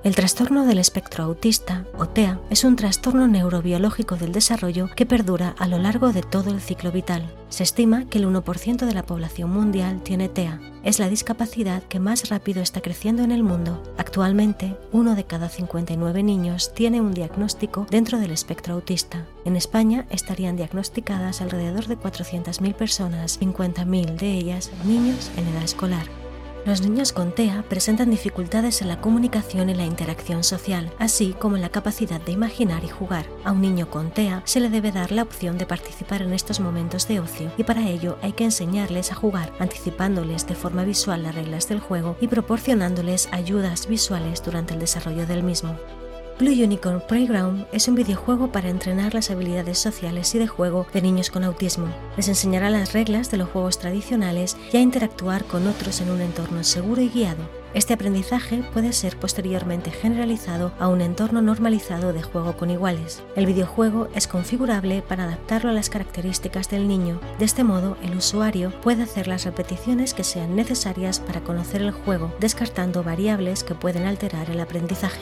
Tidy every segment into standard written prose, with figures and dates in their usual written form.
El trastorno del espectro autista, o TEA, es un trastorno neurobiológico del desarrollo que perdura a lo largo de todo el ciclo vital. Se estima que el 1% de la población mundial tiene TEA. Es la discapacidad que más rápido está creciendo en el mundo. Actualmente, 1 de cada 59 niños tiene un diagnóstico dentro del espectro autista. En España estarían diagnosticadas alrededor de 400.000 personas, 50.000 de ellas niños en edad escolar. Los niños con TEA presentan dificultades en la comunicación y la interacción social, así como en la capacidad de imaginar y jugar. A un niño con TEA se le debe dar la opción de participar en estos momentos de ocio y para ello hay que enseñarles a jugar, anticipándoles de forma visual las reglas del juego y proporcionándoles ayudas visuales durante el desarrollo del mismo. Blue Unicorn Playground es un videojuego para entrenar las habilidades sociales y de juego de niños con autismo. Les enseñará las reglas de los juegos tradicionales y a interactuar con otros en un entorno seguro y guiado. Este aprendizaje puede ser posteriormente generalizado a un entorno normalizado de juego con iguales. El videojuego es configurable para adaptarlo a las características del niño. De este modo, el usuario puede hacer las repeticiones que sean necesarias para conocer el juego, descartando variables que pueden alterar el aprendizaje.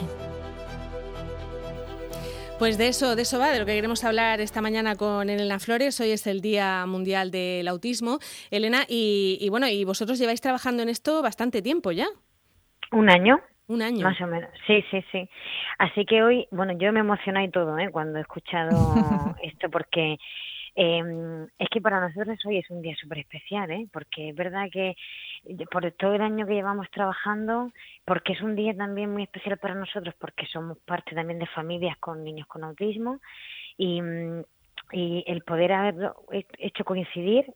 Pues de eso va, de lo que queremos hablar esta mañana con Elena Flores. Hoy es el Día Mundial del Autismo. Elena, y vosotros lleváis trabajando en esto bastante tiempo ya. Un año. Un año. Más o menos, sí. Así que hoy, yo me emocioné y todo, cuando he escuchado esto, porque es que para nosotros hoy es un día súper especial, porque es verdad que por todo el año que llevamos trabajando, porque es un día también muy especial para nosotros, porque somos parte también de familias con niños con autismo y el poder haberlo hecho coincidir,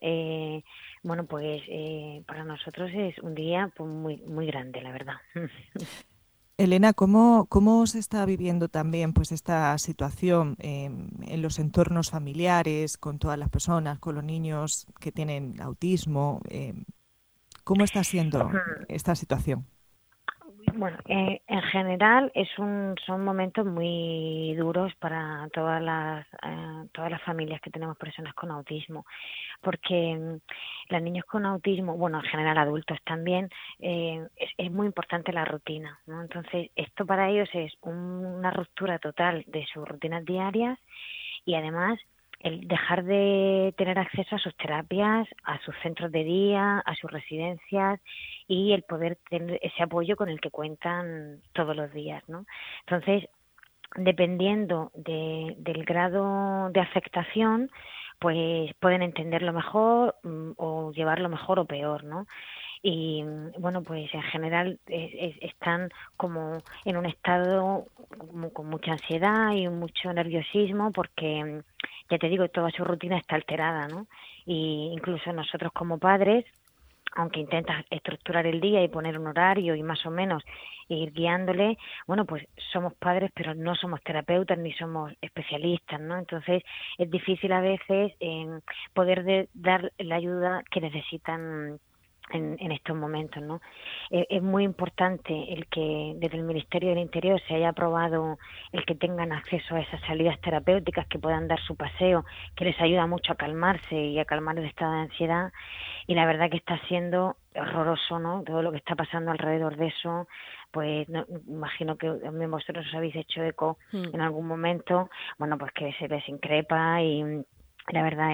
para nosotros es un día pues muy muy grande, la verdad. Elena, ¿cómo se está viviendo también pues esta situación en los entornos familiares, con todas las personas, con los niños que tienen autismo? ¿Cómo está siendo esta situación? Bueno, en general son momentos muy duros para todas las familias que tenemos personas con autismo, porque los niños con autismo, en general adultos también, es muy importante la rutina, ¿no? Entonces, esto para ellos es una ruptura total de sus rutinas diarias y además el dejar de tener acceso a sus terapias, a sus centros de día, a sus residencias y el poder tener ese apoyo con el que cuentan todos los días, ¿no? Entonces, dependiendo del grado de afectación, pues pueden entenderlo mejor o llevarlo mejor o peor, ¿no? Y pues en general están como en un estado como con mucha ansiedad y mucho nerviosismo porque ya te digo, toda su rutina está alterada, ¿no? Y incluso nosotros como padres, aunque intentas estructurar el día y poner un horario y más o menos ir guiándole, pues somos padres pero no somos terapeutas ni somos especialistas, ¿no? Entonces es difícil a veces poder dar la ayuda que necesitan en estos momentos, ¿no? Es muy importante el que desde el Ministerio del Interior se haya aprobado el que tengan acceso a esas salidas terapéuticas, que puedan dar su paseo, que les ayuda mucho a calmarse y a calmar el estado de ansiedad, y la verdad que está siendo horroroso, ¿no? Todo lo que está pasando alrededor de eso, pues imagino que también vosotros os habéis hecho eco en algún momento, pues que se les increpa y la verdad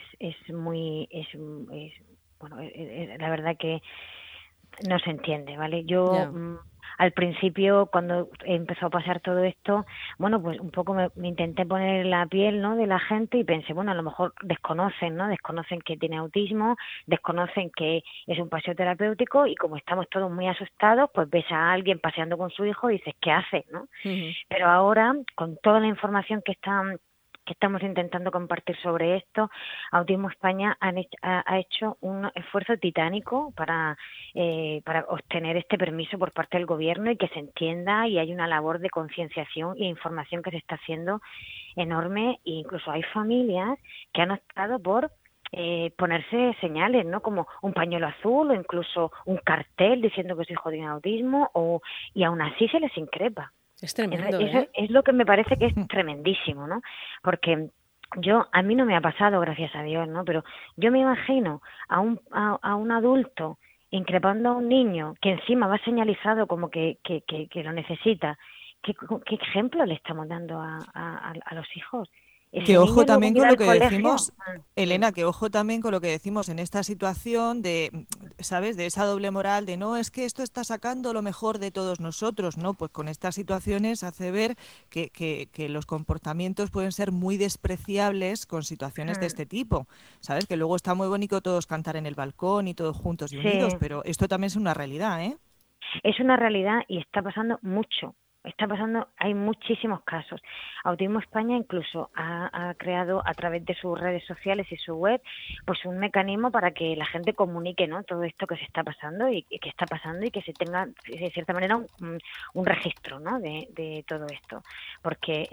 la verdad que no se entiende, ¿vale? Yo al principio, cuando empezó a pasar todo esto, pues un poco me intenté poner en la piel, ¿no?, de la gente y pensé, a lo mejor desconocen, ¿no? Desconocen que tiene autismo, desconocen que es un paseo terapéutico y como estamos todos muy asustados, pues ves a alguien paseando con su hijo y dices, ¿qué hace?, ¿no? Uh-huh. Pero ahora, con toda la información que estamos intentando compartir sobre esto, Autismo España ha hecho un esfuerzo titánico para obtener este permiso por parte del gobierno y que se entienda, y hay una labor de concienciación e información que se está haciendo enorme, e incluso hay familias que han optado por ponerse señales, ¿no?, como un pañuelo azul o incluso un cartel diciendo que su hijo tiene autismo, y aún así se les increpa. Es tremendo, Eso es lo que me parece que es tremendísimo, ¿no? Porque a mí no me ha pasado, gracias a Dios, ¿no? Pero yo me imagino a un adulto increpando a un niño que encima va señalizado como que lo necesita, ¿qué ejemplo le estamos dando a los hijos? Que ojo también con lo que colegio. decimos, Elena, que ojo también con lo que decimos en esta situación de, ¿sabes?, de esa doble moral de no, es que esto está sacando lo mejor de todos nosotros, ¿no? Pues con estas situaciones hace ver que los comportamientos pueden ser muy despreciables con situaciones de este tipo, ¿sabes? Que luego está muy bonito todos cantar en el balcón y todos juntos y unidos, pero esto también es una realidad, ¿eh? Es una realidad y está pasando mucho. Está pasando, hay muchísimos casos. Autismo España incluso ha creado a través de sus redes sociales y su web pues un mecanismo para que la gente comunique, ¿no?, todo esto que se está pasando y que está pasando y que se tenga de cierta manera un registro, ¿no?, de todo esto, porque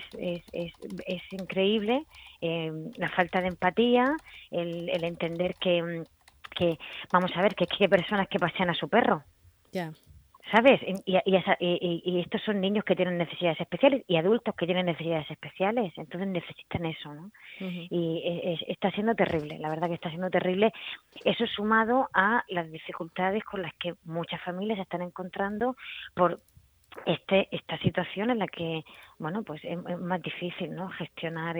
es increíble la falta de empatía, el entender que vamos a ver que hay personas que pasean a su perro. Ya. ¿Sabes? Y estos son niños que tienen necesidades especiales y adultos que tienen necesidades especiales, entonces necesitan eso, ¿no? Uh-huh. Y está siendo terrible, la verdad que está siendo terrible. Eso sumado a las dificultades con las que muchas familias se están encontrando por esta situación en la que, bueno, pues es más difícil, ¿no?, gestionar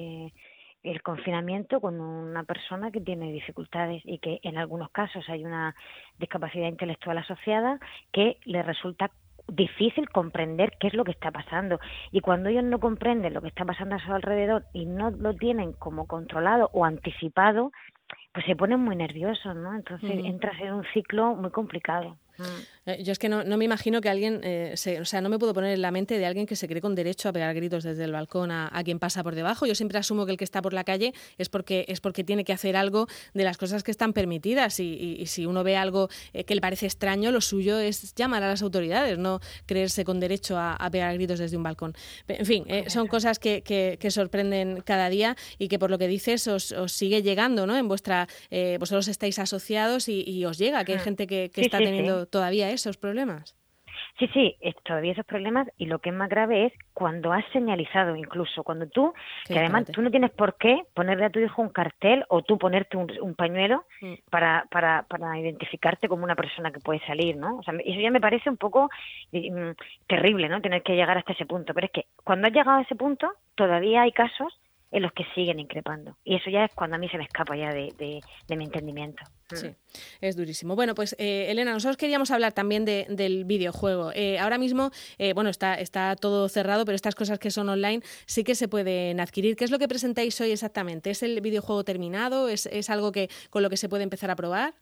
el confinamiento con una persona que tiene dificultades y que en algunos casos hay una discapacidad intelectual asociada que le resulta difícil comprender qué es lo que está pasando. Y cuando ellos no comprenden lo que está pasando a su alrededor y no lo tienen como controlado o anticipado, pues se ponen muy nerviosos, ¿no? Entonces entras en un ciclo muy complicado. Yo es que no me imagino que alguien, no me puedo poner en la mente de alguien que se cree con derecho a pegar gritos desde el balcón a quien pasa por debajo. Yo siempre asumo que el que está por la calle es porque tiene que hacer algo de las cosas que están permitidas y si uno ve algo que le parece extraño, lo suyo es llamar a las autoridades, no creerse con derecho a pegar gritos desde un balcón. En fin, son cosas que sorprenden cada día y que por lo que dices os sigue llegando, ¿no? En vuestra, vosotros estáis asociados y os llega que hay gente que está teniendo todavía esos problemas. Sí, todavía esos problemas, y lo que es más grave es cuando has señalizado, incluso cuando tú, que además tú no tienes por qué ponerle a tu hijo un cartel o tú ponerte un pañuelo para identificarte como una persona que puede salir, ¿no? O sea, eso ya me parece un poco terrible, ¿no?, tener que llegar hasta ese punto, pero es que cuando has llegado a ese punto todavía hay casos en los que siguen increpando. Y eso ya es cuando a mí se me escapa ya de mi entendimiento. Sí, es durísimo. Bueno, pues Elena, nosotros queríamos hablar también del videojuego. Ahora mismo, está todo cerrado, pero estas cosas que son online sí que se pueden adquirir. ¿Qué es lo que presentáis hoy exactamente? ¿Es el videojuego terminado? ¿Es algo con lo que se puede empezar a probar?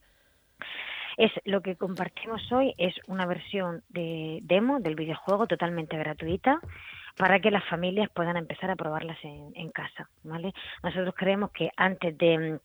Lo que compartimos hoy es una versión de demo del videojuego totalmente gratuita para que las familias puedan empezar a probarlas en casa, ¿vale? Nosotros creemos que antes de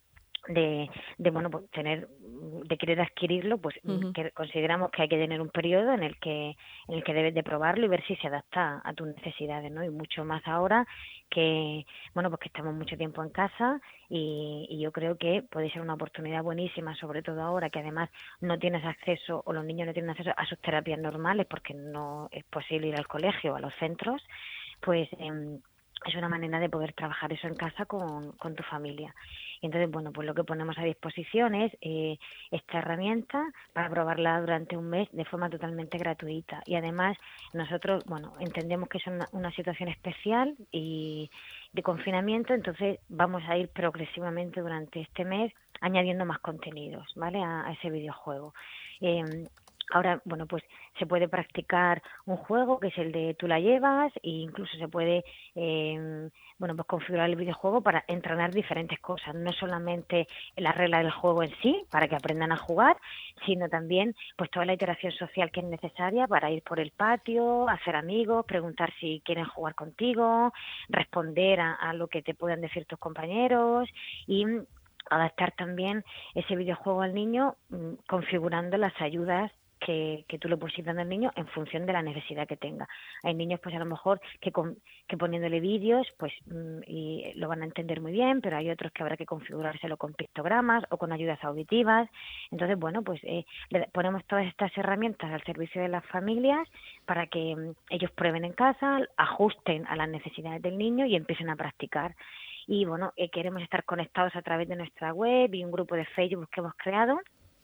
querer adquirirlo, pues que consideramos que hay que tener un periodo en el que debes de probarlo y ver si se adapta a tus necesidades, ¿no? Y mucho más ahora que que estamos mucho tiempo en casa y yo creo que puede ser una oportunidad buenísima, sobre todo ahora que además no tienes acceso o los niños no tienen acceso a sus terapias normales porque no es posible ir al colegio o a los centros, pues es una manera de poder trabajar eso en casa con tu familia. Y entonces, pues lo que ponemos a disposición es esta herramienta para probarla durante un mes de forma totalmente gratuita. Y además, nosotros, entendemos que es una situación especial y de confinamiento, entonces vamos a ir progresivamente durante este mes añadiendo más contenidos, ¿vale?, a ese videojuego. Ahora, pues se puede practicar un juego que es el de tú la llevas e incluso se puede, pues configurar el videojuego para entrenar diferentes cosas, no solamente la regla del juego en sí, para que aprendan a jugar, sino también pues toda la interacción social que es necesaria para ir por el patio, hacer amigos, preguntar si quieren jugar contigo, responder a lo que te puedan decir tus compañeros y adaptar también ese videojuego al niño configurando las ayudas que tú le puedes ir dando al niño en función de la necesidad que tenga. Hay niños pues a lo mejor que poniéndole vídeos pues y lo van a entender muy bien, pero hay otros que habrá que configurárselo con pictogramas o con ayudas auditivas. Entonces, le ponemos todas estas herramientas al servicio de las familias para que ellos prueben en casa, ajusten a las necesidades del niño y empiecen a practicar. Y queremos estar conectados a través de nuestra web y un grupo de Facebook que hemos creado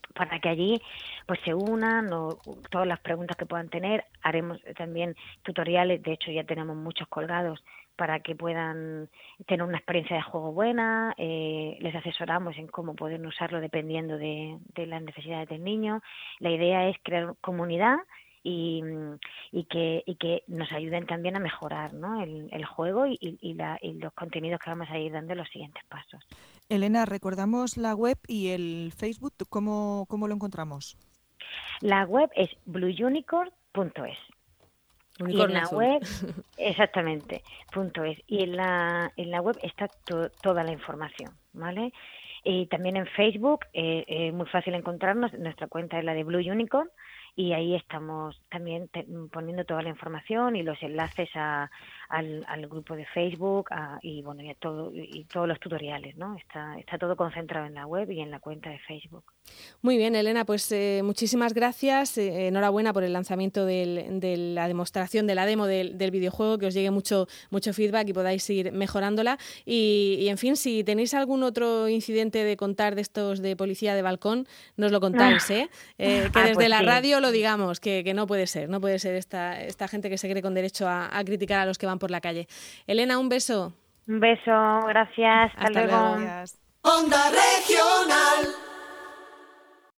para que allí pues se unan todas las preguntas que puedan tener. Haremos también tutoriales, de hecho ya tenemos muchos colgados para que puedan tener una experiencia de juego buena. Les asesoramos en cómo pueden usarlo dependiendo de las necesidades del niño. La idea es crear comunidad y que nos ayuden también a mejorar, ¿no?, el juego y los contenidos que vamos a ir dando en los siguientes pasos. Elena, recordamos la web y el Facebook, ¿cómo lo encontramos? La web es blueunicorn.es. Y en la web, exactamente, .es. Y en la web está toda la información, ¿vale? Y también en Facebook es muy fácil encontrarnos. Nuestra cuenta es la de Blue Unicorn y ahí estamos también poniendo toda la información y los enlaces al grupo de Facebook y bueno, y todos los tutoriales, ¿no? Está todo concentrado en la web y en la cuenta de Facebook. Muy bien, Elena, pues muchísimas gracias. Enhorabuena por el lanzamiento de la demostración, de la demo del videojuego, que os llegue mucho feedback y podáis ir mejorándola. Y en fin, si tenéis algún otro incidente de contar de estos de policía de balcón, nos lo contáis, que desde pues la sí. radio lo digamos, que no puede ser esta gente que se cree con derecho a criticar a los que van por la calle. Elena, un beso. Un beso, gracias. Hasta luego. Gracias. Onda Regional.